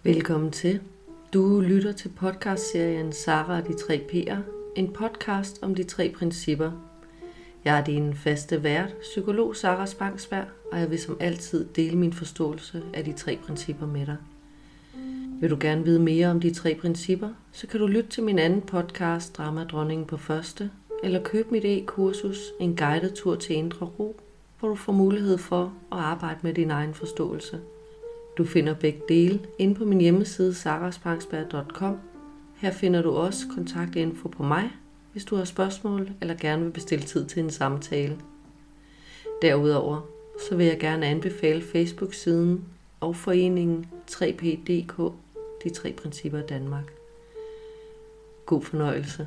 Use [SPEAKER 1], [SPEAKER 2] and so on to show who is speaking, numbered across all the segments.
[SPEAKER 1] Velkommen til. Du lytter til podcastserien Sara og de 3 P'er, en podcast om de 3 principper. Jeg er din faste vært, psykolog Sara Spangsberg, og jeg vil som altid dele min forståelse af de 3 principper med dig. Vil du gerne vide mere om de 3 principper, så kan du lytte til min anden podcast, Dramadronningen på første, eller købe mit e-kursus, en guided tur til indre ro, hvor du får mulighed for at arbejde med din egen forståelse. Du finder begge dele inde på min hjemmeside saraspangsberg.com. Her finder du også kontaktinfo på mig, hvis du har spørgsmål eller gerne vil bestille tid til en samtale. Derudover så vil jeg gerne anbefale Facebook-siden og foreningen 3P.dk, de 3 principper i Danmark. God fornøjelse.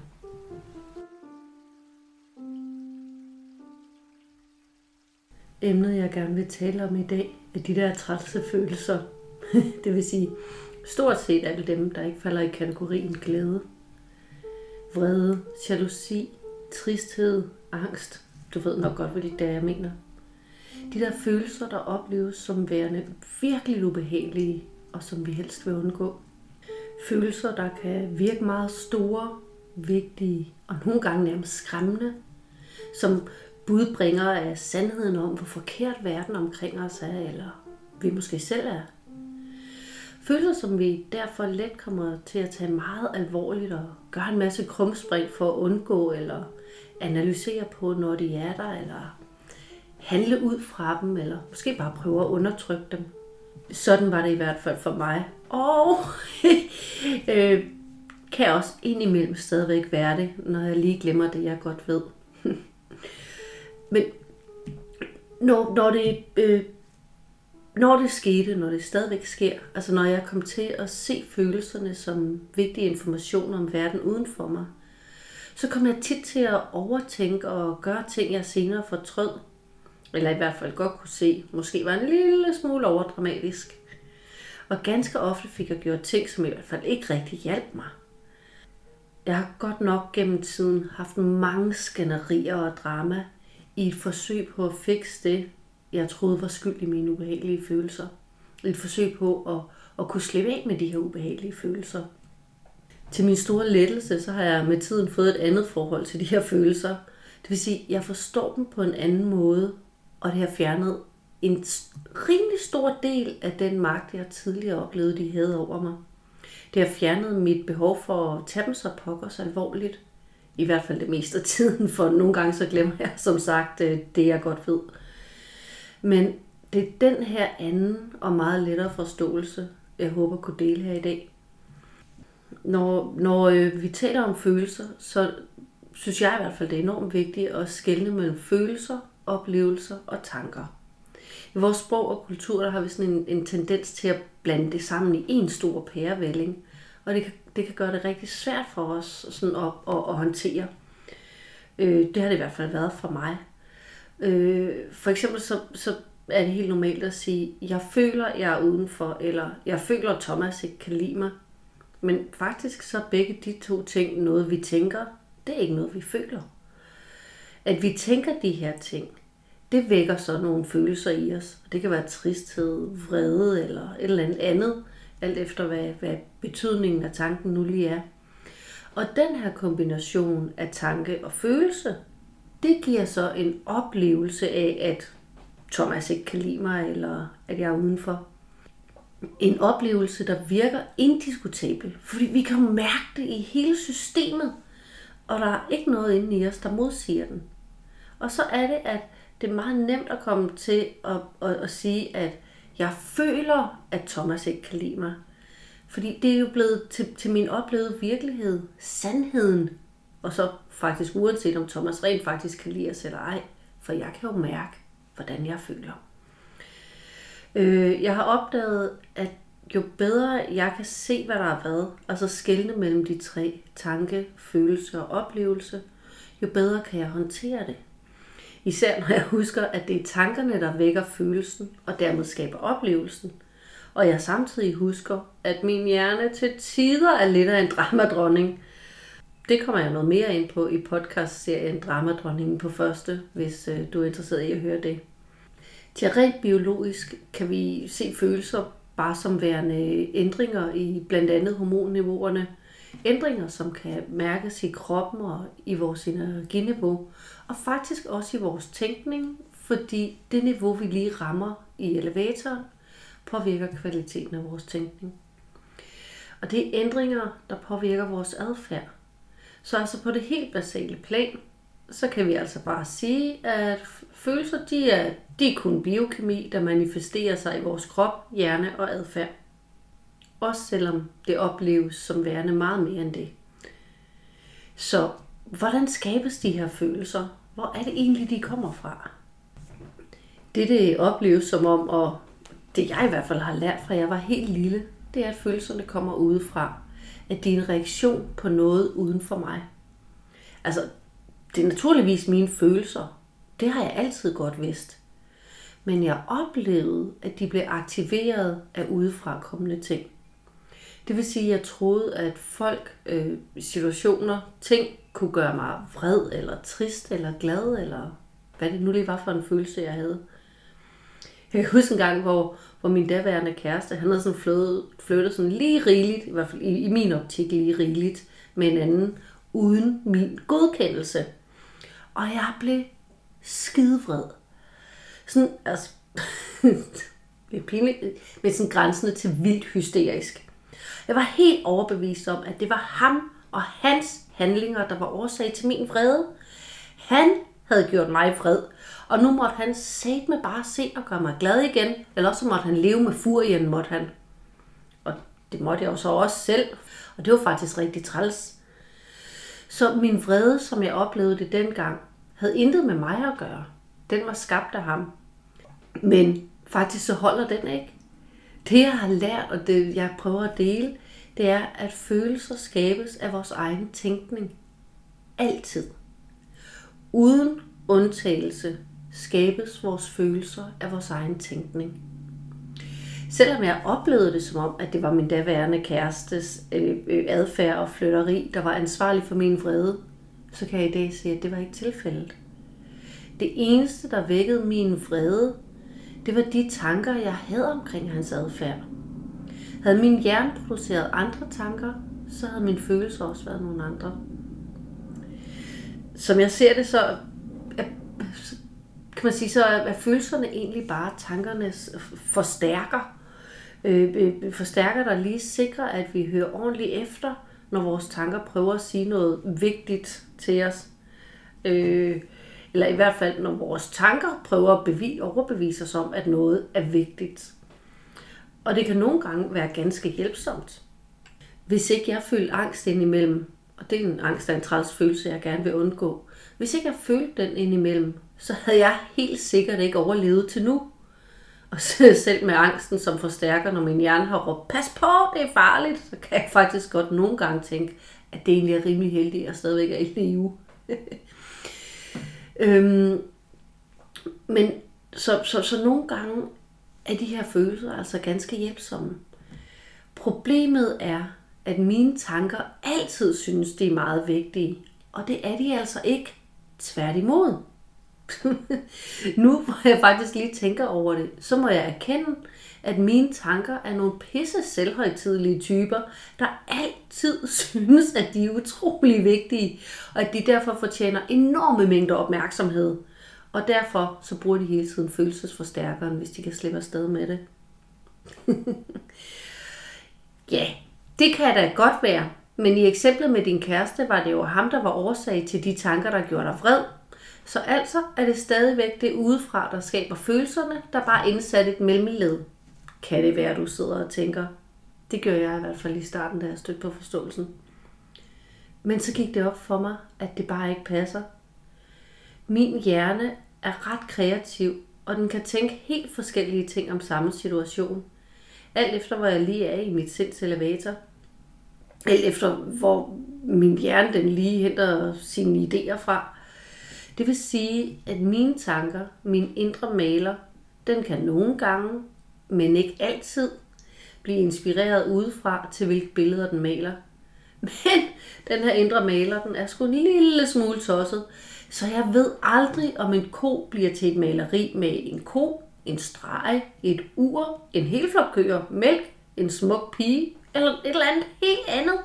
[SPEAKER 1] Emnet, jeg gerne vil tale om i dag, er de der trælse følelser. Det vil sige, stort set alle dem, der ikke falder i kategorien glæde, vrede, jalousi, tristhed, angst. Du ved nok godt, hvilket det er, jeg mener. De der følelser, der opleves som værende virkelig ubehagelige, og som vi helst vil undgå. Følelser, der kan virke meget store, vigtige og nogle gange nærmest skræmmende, som budbringer af sandheden om, hvor forkert verden omkring os er, eller vi måske selv er. Følelser, som vi derfor let kommer til at tage meget alvorligt og gøre en masse krumspring for at undgå, eller analysere på, når de er der, eller handle ud fra dem, eller måske bare prøve at undertrykke dem. Sådan var det i hvert fald for mig. Og kan også indimellem stadigvæk være det, når jeg lige glemmer det, jeg godt ved. Men når det skete, når det stadigvæk sker, altså når jeg kom til at se følelserne som vigtige informationer om verden uden for mig, så kom jeg tit til at overtænke og gøre ting, jeg senere fortrød, eller i hvert fald godt kunne se, måske var en lille smule overdramatisk. Og ganske ofte fik jeg gjort ting, som i hvert fald ikke rigtig hjalp mig. Jeg har godt nok gennem tiden haft mange skænderier og drama i et forsøg på at fikse det, jeg troede var skyld i mine ubehagelige følelser. Et forsøg på at kunne slippe af med de her ubehagelige følelser. Til min store lettelse, så har jeg med tiden fået et andet forhold til de her følelser. Det vil sige, at jeg forstår dem på en anden måde, og det har fjernet en rimelig stor del af den magt, jeg tidligere oplevede, de havde over mig. Det har fjernet mit behov for at tage dem så pokkers alvorligt. I hvert fald det meste af tiden, for nogle gange så glemmer jeg som sagt det, jeg godt ved. Men det er den her anden og meget lettere forståelse, jeg håber kunne dele her i dag. Når vi taler om følelser, så synes jeg i hvert fald, det er enormt vigtigt at skelne mellem følelser, oplevelser og tanker. I vores sprog og kultur, der har vi sådan en tendens til at blande det sammen i en stor pærevælling. Og det kan gøre det rigtig svært for os sådan at håndtere. Det har det i hvert fald været for mig. For eksempel så er det helt normalt at sige, jeg føler, jeg er udenfor, eller jeg føler, at Thomas ikke kan lide mig. Men faktisk så er begge de 2 ting noget, vi tænker. Det er ikke noget, vi føler. At vi tænker de her ting, det vækker så nogle følelser i os. Det kan være tristhed, vrede eller et eller andet. Alt efter hvad betydningen af tanken nu lige er. Og den her kombination af tanke og følelse, det giver så en oplevelse af, at Thomas ikke kan lide mig, eller at jeg er udenfor. En oplevelse, der virker indiskutabel, fordi vi kan mærke det i hele systemet, og der er ikke noget inde i os, der modsiger den. Og så er det, at det er meget nemt at komme til at sige, at jeg føler, at Thomas ikke kan lide mig. Fordi det er jo blevet til min oplevede virkelighed, sandheden. Og så faktisk uanset om Thomas rent faktisk kan lide os eller ej. For jeg kan jo mærke, hvordan jeg føler. Jeg har opdaget, at jo bedre jeg kan se, hvad der har været, altså skelne mellem de 3, tanke, følelse og oplevelse, jo bedre kan jeg håndtere det. Især når jeg husker, at det er tankerne, der vækker følelsen og dermed skaber oplevelsen. Og jeg samtidig husker, at min hjerne til tider er lidt af en dramadronning. Det kommer jeg noget mere ind på i podcastserien Dramadronningen på første, hvis du er interesseret i at høre det. Til rent biologisk kan vi se følelser bare som værende ændringer i blandt andet hormonniveauerne. Ændringer, som kan mærkes i kroppen og i vores energiniveau, og faktisk også i vores tænkning, fordi det niveau, vi lige rammer i elevatoren, påvirker kvaliteten af vores tænkning. Og det er ændringer, der påvirker vores adfærd. Så altså på det helt basale plan, så kan vi altså bare sige, at følelser, de er kun biokemi, der manifesterer sig i vores krop, hjerne og adfærd. Også selvom det opleves som værende meget mere end det. Så hvordan skabes de her følelser? Hvor er det egentlig, de kommer fra? Det opleves som om, og det jeg i hvert fald har lært fra jeg var helt lille, det er, at følelserne kommer udefra. At det er en reaktion på noget uden for mig. Altså, det er naturligvis mine følelser. Det har jeg altid godt vidst. Men jeg oplevede, at de blev aktiveret af udefra kommende ting. Det vil sige, at jeg troede, at folk, situationer, ting kunne gøre mig vred, eller trist, eller glad, eller hvad det nu lige var for en følelse, jeg havde. Jeg kan huske en gang, hvor min daværende kæreste, han havde sådan flyttet sådan lige rigeligt, i hvert fald i min optik lige rigeligt, med en anden, uden min godkendelse. Og jeg blev skidevred. Sådan, altså, det er pinligt, men sådan grænsende til vildt hysterisk. Jeg var helt overbevist om, at det var ham og hans handlinger, der var årsag til min vrede. Han havde gjort mig vred, og nu måtte han satme bare se og gøre mig glad igen, eller også måtte han leve med furien, måtte han. Og det måtte jeg jo så også selv, og det var faktisk rigtig træls. Så min vrede, som jeg oplevede det dengang, havde intet med mig at gøre. Den var skabt af ham. Men faktisk så holder den ikke. Det jeg har lært, og det jeg prøver at dele, det er, at følelser skabes af vores egen tænkning. Altid. Uden undtagelse skabes vores følelser af vores egen tænkning. Selvom jeg oplevede det som om, at det var min daværende kærestes adfærd og flytteri, der var ansvarlig for min vrede, så kan jeg i dag sige, at det var ikke tilfældet. Det eneste, der vækkede min vrede, det var de tanker, jeg havde omkring hans adfærd. Havde min hjerne produceret andre tanker, så havde mine følelser også været nogle andre. Som jeg ser det, så kan man sige, så er følelserne egentlig bare tankernes forstærker. Forstærker, der lige sikrer, at vi hører ordentligt efter, når vores tanker prøver at sige noget vigtigt til os. Eller i hvert fald, når vores tanker prøver at overbevise os om, at noget er vigtigt. Og det kan nogle gange være ganske hjælpsomt. Hvis ikke jeg følte angst indimellem, og det er en angst af en træls følelse, jeg gerne vil undgå. Hvis ikke jeg følte den indimellem, så havde jeg helt sikkert ikke overlevet til nu. Og selv med angsten som forstærker, når min hjerne har råbt, pas på, det er farligt, så kan jeg faktisk godt nogle gange tænke, at det egentlig er rimelig heldigt, at jeg stadigvæk er i live. Men så nogle gange er de her følelser altså ganske hjælpsomme. Problemet er, at mine tanker altid synes, de er meget vigtige. Og det er de altså ikke. Tværtimod. Nu hvor jeg faktisk lige tænker over det, så må jeg erkende, at mine tanker er nogle pisse selvhøjtidelige typer, der altid synes, at de er utrolig vigtige, og at de derfor fortjener enorme mængder opmærksomhed. Og derfor så bruger de hele tiden følelsesforstærkeren, hvis de kan slippe afsted med det. Ja, det kan da godt være. Men i eksemplet med din kæreste var det jo ham, der var årsag til de tanker, der gjorde dig vred. Så altså er det stadigvæk det udefra, der skaber følelserne, der bare indsat et mellemled. Kan det være, du sidder og tænker? Det gør jeg i hvert fald i starten, da jeg stødte på forståelsen. Men så gik det op for mig, at det bare ikke passer. Min hjerne er ret kreativ, og den kan tænke helt forskellige ting om samme situation. Alt efter, hvor jeg lige er i mit sinds elevator. Alt efter, hvor min hjerne den lige henter sine idéer fra. Det vil sige, at mine tanker, min indre maler, den kan nogle gange, men ikke altid, blive inspireret udefra til hvilke billeder den maler. Men den her indre maler, den er sgu en lille smule tosset, så jeg ved aldrig, om en ko bliver til et maleri med en ko, en streg, et ur, en hel flok køer, mælk, en smuk pige, eller et eller andet helt andet.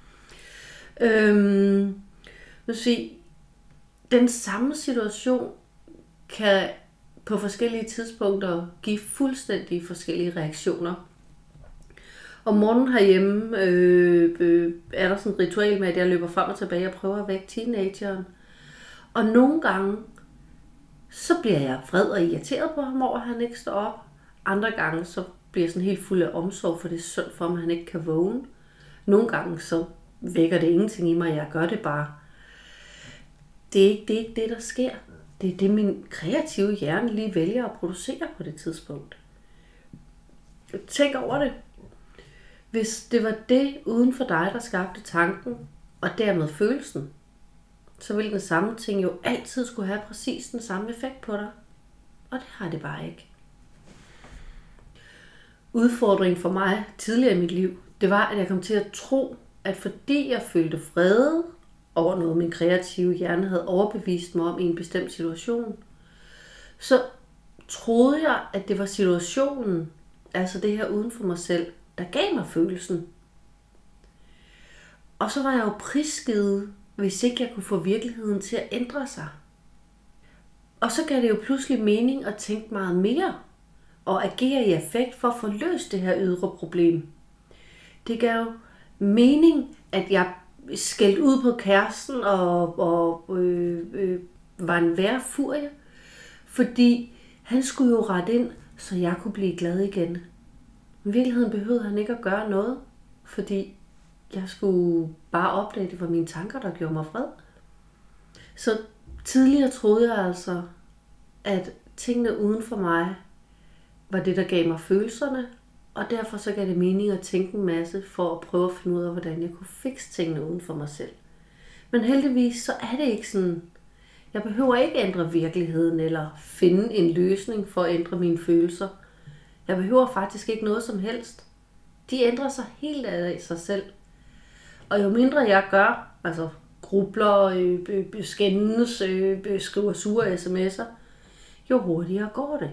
[SPEAKER 1] Den samme situation kan på forskellige tidspunkter give fuldstændig forskellige reaktioner. Om morgenen herhjemme er der sådan et ritual med, at jeg løber frem og tilbage og prøver at vække teenageren. Og nogle gange, så bliver jeg vred og irriteret på ham over, at han ikke står op. Andre gange, så bliver jeg sådan helt fuld af omsorg, for det er synd for ham, at han ikke kan vågne. Nogle gange, så vækker det ingenting i mig, jeg gør det bare. Det er ikke det, der sker. Det er det, min kreative hjerne lige vælger at producere på det tidspunkt. Tænk over det. Hvis det var det uden for dig, der skabte tanken, og dermed følelsen, så ville den samme ting jo altid skulle have præcis den samme effekt på dig. Og det har det bare ikke. Udfordringen for mig tidligere i mit liv, det var, at jeg kom til at tro, at fordi jeg følte vrede over noget, min kreative hjerne havde overbevist mig om i en bestemt situation, så troede jeg, at det var situationen, altså det her uden for mig selv, der gav mig følelsen. Og så var jeg jo prisgivet, hvis ikke jeg kunne få virkeligheden til at ændre sig. Og så gav det jo pludselig mening at tænke meget mere og agere i affekt for at få løst det her ydre problem. Det gav jo mening, at jeg skældte ud på kæresten og var en værre furie, fordi han skulle jo rette ind, så jeg kunne blive glad igen. I virkeligheden behøvede han ikke at gøre noget, fordi jeg skulle bare opdage, at det var mine tanker, der gjorde mig fred. Så tidligere troede jeg altså, at tingene uden for mig var det, der gav mig følelserne, og derfor så gav det mening at tænke en masse for at prøve at finde ud af, hvordan jeg kunne fikse tingene uden for mig selv. Men heldigvis så er det ikke sådan. Jeg behøver ikke ændre virkeligheden eller finde en løsning for at ændre mine følelser. Jeg behøver faktisk ikke noget som helst. De ændrer sig helt af sig selv. Og jo mindre jeg gør, altså grubler, skændes, skriver sure sms'er, jo hurtigere går det.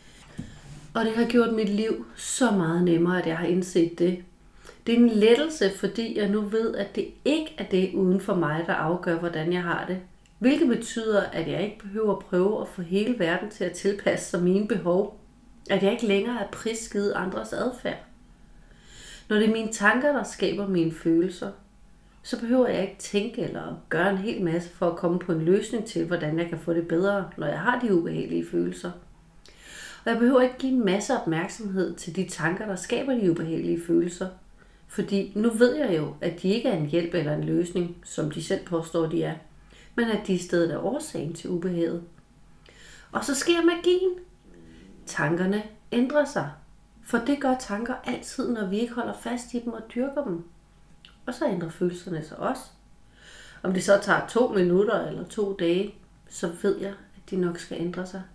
[SPEAKER 1] Og det har gjort mit liv så meget nemmere, at jeg har indset det. Det er en lettelse, fordi jeg nu ved, at det ikke er det uden for mig, der afgør, hvordan jeg har det. Hvilket betyder, at jeg ikke behøver at prøve at få hele verden til at tilpasse sig mine behov. At jeg ikke længere er prisgivet andres adfærd. Når det er mine tanker, der skaber mine følelser, så behøver jeg ikke tænke eller gøre en hel masse for at komme på en løsning til, hvordan jeg kan få det bedre, når jeg har de ubehagelige følelser. Og jeg behøver ikke give en masse opmærksomhed til de tanker, der skaber de ubehagelige følelser. Fordi nu ved jeg jo, at de ikke er en hjælp eller en løsning, som de selv påstår, de er. Men at de i stedet er årsagen til ubehaget. Og så sker magien. Tankerne ændrer sig. For det gør tanker altid, når vi ikke holder fast i dem og dyrker dem. Og så ændrer følelserne sig også. Om det så tager 2 minutter eller 2 dage, så ved jeg, at de nok skal ændre sig.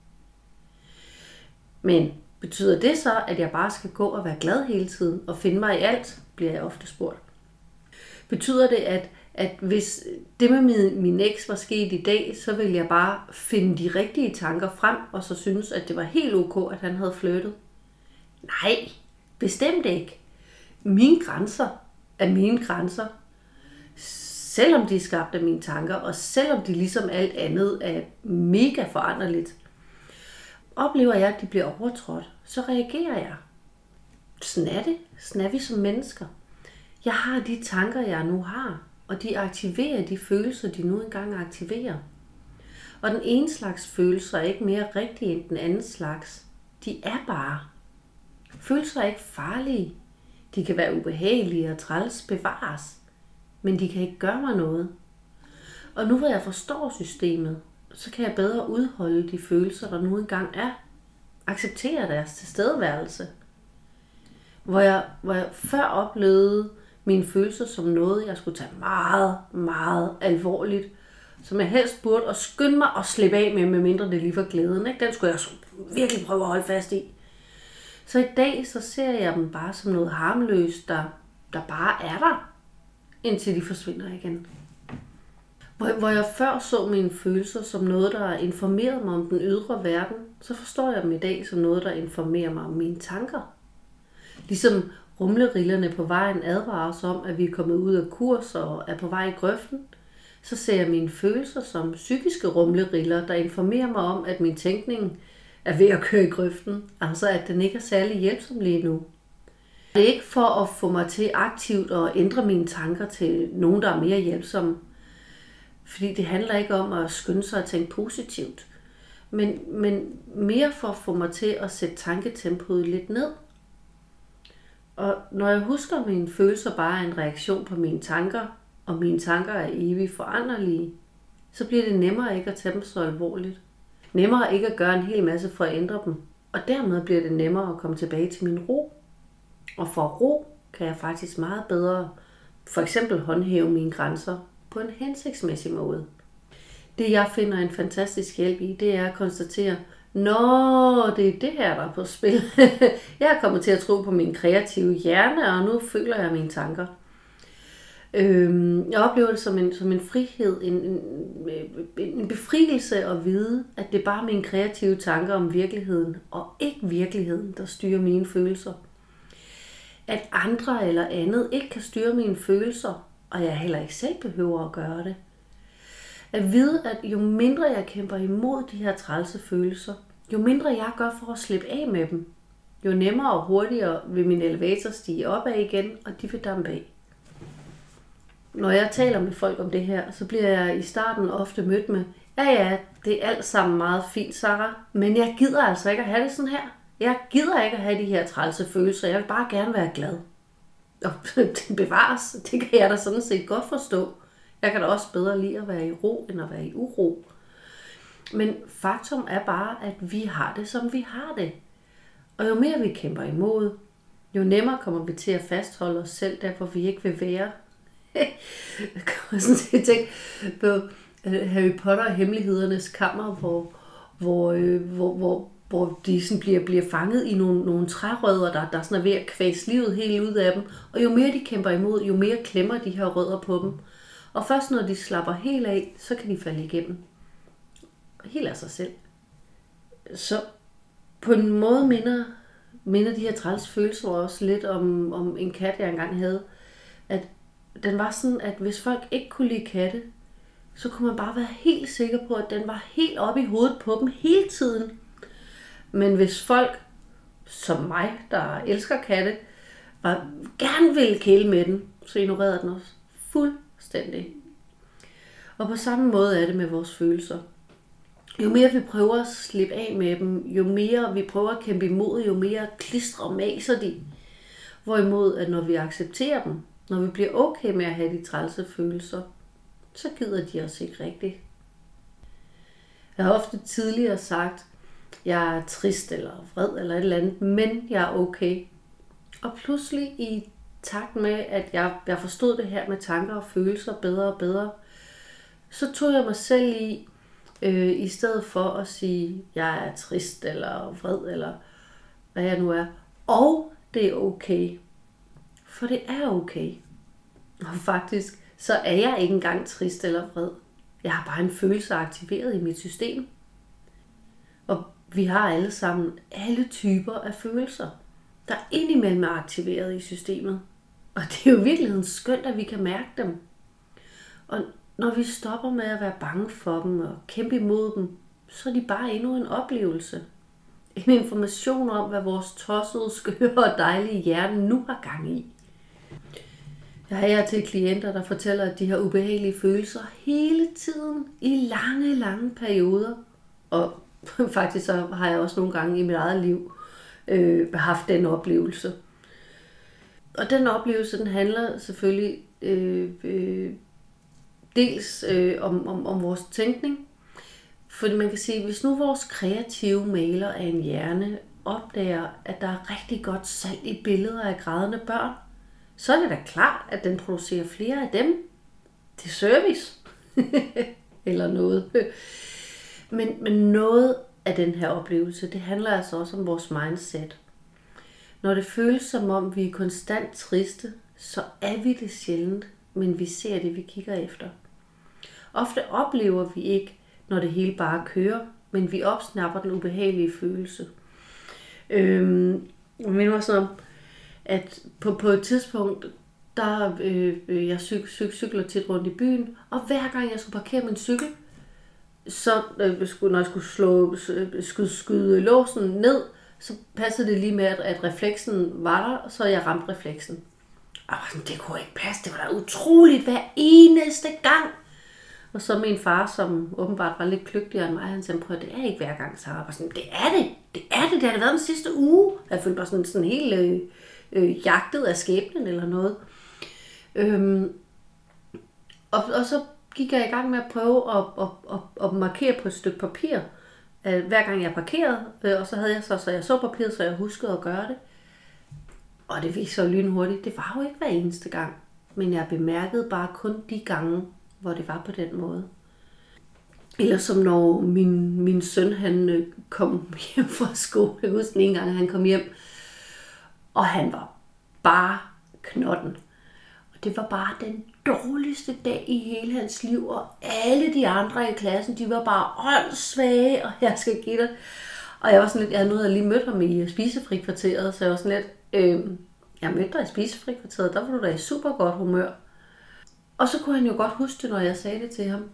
[SPEAKER 1] Men betyder det så, at jeg bare skal gå og være glad hele tiden og finde mig i alt, bliver jeg ofte spurgt. Betyder det, at hvis det med min eks var sket i dag, så ville jeg bare finde de rigtige tanker frem, og så synes, at det var helt ok, at han havde flyttet? Nej, bestemt ikke. Mine grænser er mine grænser. Selvom de er skabt af mine tanker, og selvom de ligesom alt andet er mega foranderligt, oplever jeg, at de bliver overtrådt, så reagerer jeg. Sådan er det. Sådan er vi som mennesker. Jeg har de tanker, jeg nu har, og de aktiverer de følelser, de nu engang aktiverer. Og den ene slags følelser er ikke mere rigtige end den anden slags. De er bare. Følelser er ikke farlige. De kan være ubehagelige og træls bevares, men de kan ikke gøre mig noget. Og nu hvor jeg forstår systemet, så kan jeg bedre udholde de følelser, der nu engang er. Acceptere deres tilstedeværelse. Hvor jeg før oplevede mine følelser som noget, jeg skulle tage meget, meget alvorligt. Som jeg helst burde at skynde mig og slippe af med mindre det lige var glæden. Ikke? Den skulle jeg virkelig prøve at holde fast i. Så i dag så ser jeg dem bare som noget harmløst, der bare er der, indtil de forsvinder igen. Hvor jeg før så mine følelser som noget, der informerede mig om den ydre verden, så forstår jeg dem i dag som noget, der informerer mig om mine tanker. Ligesom rumlerillerne på vejen advarer os om, at vi er kommet ud af kurs og er på vej i grøften, så ser jeg mine følelser som psykiske rumleriller, der informerer mig om, at min tænkning er ved at køre i grøften, altså at den ikke er særlig hjælpsom lige nu. Det er ikke for at få mig til aktivt at ændre mine tanker til nogen, der er mere hjælpsomme. Fordi det handler ikke om at skynde sig at tænke positivt, men mere for at få mig til at sætte tanketempoet lidt ned. Og når jeg husker, at mine følelser bare er en reaktion på mine tanker, og mine tanker er evigt foranderlige, så bliver det nemmere ikke at tage dem så alvorligt. Nemmere ikke at gøre en hel masse for at ændre dem, og dermed bliver det nemmere at komme tilbage til min ro. Og for ro kan jeg faktisk meget bedre for eksempel håndhæve mine grænser på en hensigtsmæssig måde. Det jeg finder en fantastisk hjælp i, det er at konstatere, nå, det er det her, der er på spil. Jeg er kommet til at tro på min kreative hjerne, og nu føler jeg mine tanker. Jeg oplever det som en frihed, en befrielse at vide, at det er bare mine kreative tanker om virkeligheden, og ikke virkeligheden, der styrer mine følelser. At andre eller andet ikke kan styre mine følelser, og jeg heller ikke selv behøver at gøre det. At vide, at jo mindre jeg kæmper imod de her trælse følelser, jo mindre jeg gør for at slippe af med dem, jo nemmere og hurtigere vil min elevator stige opad igen, og de vil dampe af. Når jeg taler med folk om det her, så bliver jeg i starten ofte mødt med, ja, det er alt sammen meget fint, Sarah, men jeg gider altså ikke at have det sådan her. Jeg gider ikke at have de her trælse følelser, jeg vil bare gerne være glad. Og det bevares, det kan jeg da sådan set godt forstå. Jeg kan da også bedre lide at være i ro, end at være i uro. Men faktum er bare, at vi har det, som vi har det. Og jo mere vi kæmper imod, jo nemmere kommer vi til at fastholde os selv, der hvor vi ikke vil være. Jeg kommer sådan til at tænke på Harry Potter og Hemmelighedernes Kammer, hvor de sådan bliver fanget i nogle trærødder, der sådan er ved at kvæse livet helt ud af dem. Og jo mere de kæmper imod, jo mere klemmer de her rødder på dem. Og først når de slapper helt af, så kan de falde igennem. Helt af sig selv. Så på en måde minder de her træls følelser også lidt om en kat, jeg engang havde. At den var sådan, at hvis folk ikke kunne lide katte, så kunne man bare være helt sikker på, at den var helt oppe i hovedet på dem hele tiden. Men hvis folk, som mig, der elsker katte, gerne ville kæle med den, så ignorerede den også fuldstændig. Og på samme måde er det med vores følelser. Jo mere vi prøver at slippe af med dem, jo mere vi prøver at kæmpe imod, jo mere klistrer og maser de. Hvorimod, at når vi accepterer dem, når vi bliver okay med at have de trælse følelser, så gider de os ikke rigtigt. Jeg har ofte tidligere sagt, jeg er trist eller vred eller et eller andet, men jeg er okay. Og pludselig i takt med, at jeg forstod det her med tanker og følelser bedre og bedre, så tog jeg mig selv i stedet for at sige, jeg er trist eller vred eller hvad jeg nu er. Og det er okay. For det er okay. Og faktisk, så er jeg ikke engang trist eller vred. Jeg har bare en følelse aktiveret i mit system. Og vi har alle sammen alle typer af følelser, der indimellem er aktiveret i systemet. Og det er jo i virkeligheden skønt, at vi kan mærke dem. Og når vi stopper med at være bange for dem og kæmpe imod dem, så er de bare endnu en oplevelse. En information om, hvad vores tossede, skøre og dejlige hjerne nu har gang i. Jeg har til klienter, der fortæller, at de har ubehagelige følelser hele tiden i lange, lange perioder. Og faktisk så har jeg også nogle gange i mit eget liv haft den oplevelse. Og den oplevelse, den handler selvfølgelig dels om vores tænkning. Fordi man kan sige, hvis nu vores kreative maler af en hjerne opdager, at der er rigtig godt salg i billeder af grædende børn, så er det da klart, at den producerer flere af dem til service. Eller noget. Men noget af den her oplevelse, det handler altså også om vores mindset. Når det føles som om, vi er konstant triste, så er vi det sjældent, men vi ser det, vi kigger efter. Ofte oplever vi ikke, når det hele bare kører, men vi opsnapper den ubehagelige følelse. Jeg mener sådan om, at på et tidspunkt, der jeg cykler tit rundt i byen, og hver gang jeg skulle parkere min cykel, så når jeg skulle skyde låsen ned, så passede det lige med, at refleksen var der, så jeg ramte refleksen. Og det kunne ikke passe, det var da utroligt hver eneste gang. Og så min far, som åbenbart var lidt kløgtigere end mig, han sagde, prøv, det er ikke hver gang, Sarah. Og sådan, det har det været den sidste uge. Jeg følte mig sådan helt jagtet af skæbnen eller noget. Og så gik jeg i gang med at prøve at markere på et stykke papir, hver gang jeg parkerede, og så havde jeg så jeg så papiret, så jeg huskede at gøre det. Og det viste sig lynhurtigt. Det var jo ikke hver eneste gang, men jeg bemærkede bare kun de gange, hvor det var på den måde. Eller som når min søn, han kom hjem fra skole. Jeg husker en gang, han kom hjem, og han var bare knotten. Og det var bare den dårligste dag i hele hans liv, og alle de andre i klassen, de var bare åndssvage, og jeg skal give dig. Og jeg var sådan lidt, jeg havde lige mødt ham i spisefrikvarteret, så jeg var sådan lidt, jeg mødte dig i spisefrikvarteret, der var du da i super godt humør. Og så kunne han jo godt huske det, når jeg sagde det til ham.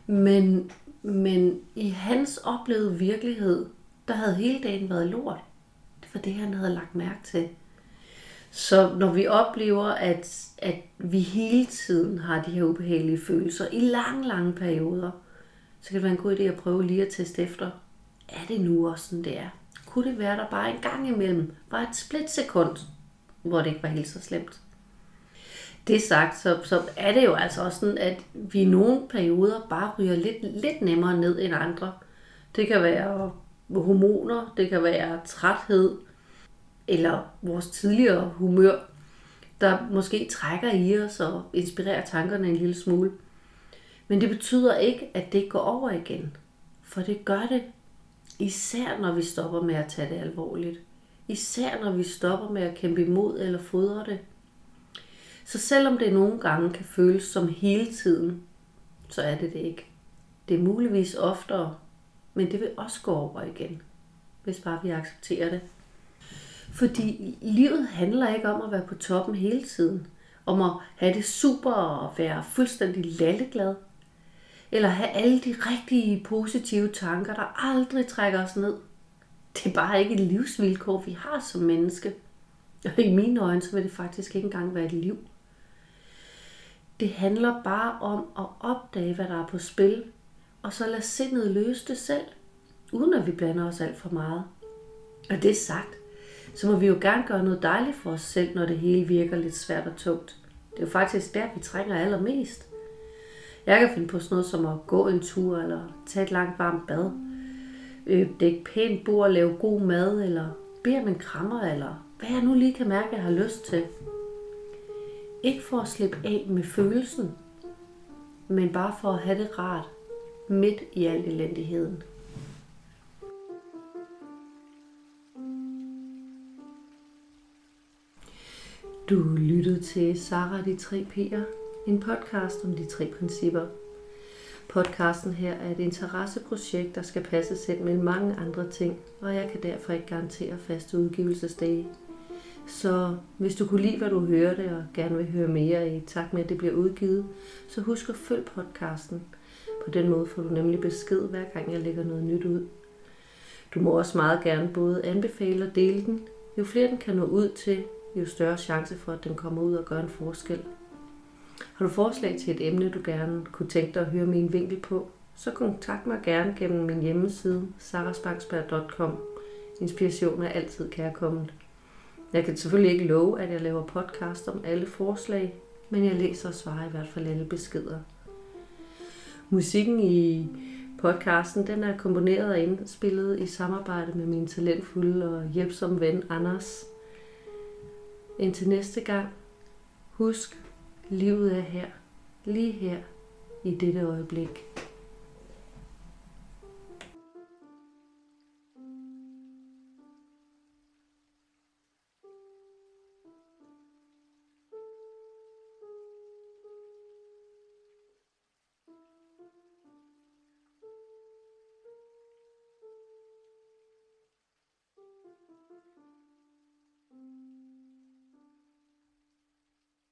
[SPEAKER 1] Men i hans oplevede virkelighed, der havde hele dagen været lort. Det var det, han havde lagt mærke til. Så når vi oplever, at vi hele tiden har de her ubehagelige følelser i lange perioder, så kan det være en god idé at prøve lige at teste efter. Er det nu også sådan, det er? Kunne det være der bare en gang imellem, bare et splitsekund, hvor det ikke var helt så slemt? Det sagt, så er det jo altså også sådan, at vi i nogle perioder bare ryger lidt nemmere ned end andre. Det kan være hormoner, det kan være træthed, eller vores tidligere humør, der måske trækker i os og inspirerer tankerne en lille smule. Men det betyder ikke, at det ikke går over igen. For det gør det, især når vi stopper med at tage det alvorligt. Især når vi stopper med at kæmpe imod eller fodre det. Så selvom det nogle gange kan føles som hele tiden, så er det ikke. Det er muligvis oftere, men det vil også gå over igen, hvis bare vi accepterer det. Fordi livet handler ikke om at være på toppen hele tiden. Om at have det super og være fuldstændig lalleglad. Eller have alle de rigtige positive tanker, der aldrig trækker os ned. Det er bare ikke et livsvilkår, vi har som menneske. Og i mine øjne, så vil det faktisk ikke engang være et liv. Det handler bare om at opdage, hvad der er på spil. Og så lade sindet løse det selv. Uden at vi blander os alt for meget. Og det sagt, så må vi jo gerne gøre noget dejligt for os selv, når det hele virker lidt svært og tungt. Det er jo faktisk der, vi trænger allermest. Jeg kan finde på sådan noget som at gå en tur, eller tage et langt varmt bad. Dække pænt bord, lave god mad, eller bede om en krammer, eller hvad jeg nu lige kan mærke, jeg har lyst til. Ikke for at slippe af med følelsen, men bare for at have det rart midt i al elendigheden. Du lyttede til Sarah de 3 P'er, en podcast om de 3 principper. Podcasten her er et interesseprojekt, der skal passes ind med mange andre ting, og jeg kan derfor ikke garantere faste udgivelsesdage. Så hvis du kunne lide, hvad du hørte, og gerne vil høre mere i takt med, at det bliver udgivet, så husk at følg podcasten. På den måde får du nemlig besked, hver gang jeg lægger noget nyt ud. Du må også meget gerne både anbefale og dele den. Jo flere den kan nå ud til, jo større chance for, at den kommer ud og gør en forskel. Har du forslag til et emne, du gerne kunne tænke dig at høre min vinkel på, så kontakt mig gerne gennem min hjemmeside, sarahspangsberg.com. Inspiration er altid kærkommen. Jeg kan selvfølgelig ikke love, at jeg laver podcast om alle forslag, men jeg læser og svarer i hvert fald alle beskeder. Musikken i podcasten den er komponeret og indspillet i samarbejde med min talentfulde og hjælpsomme ven Anders. Indtil næste gang, husk, livet er her, lige her, i dette øjeblik.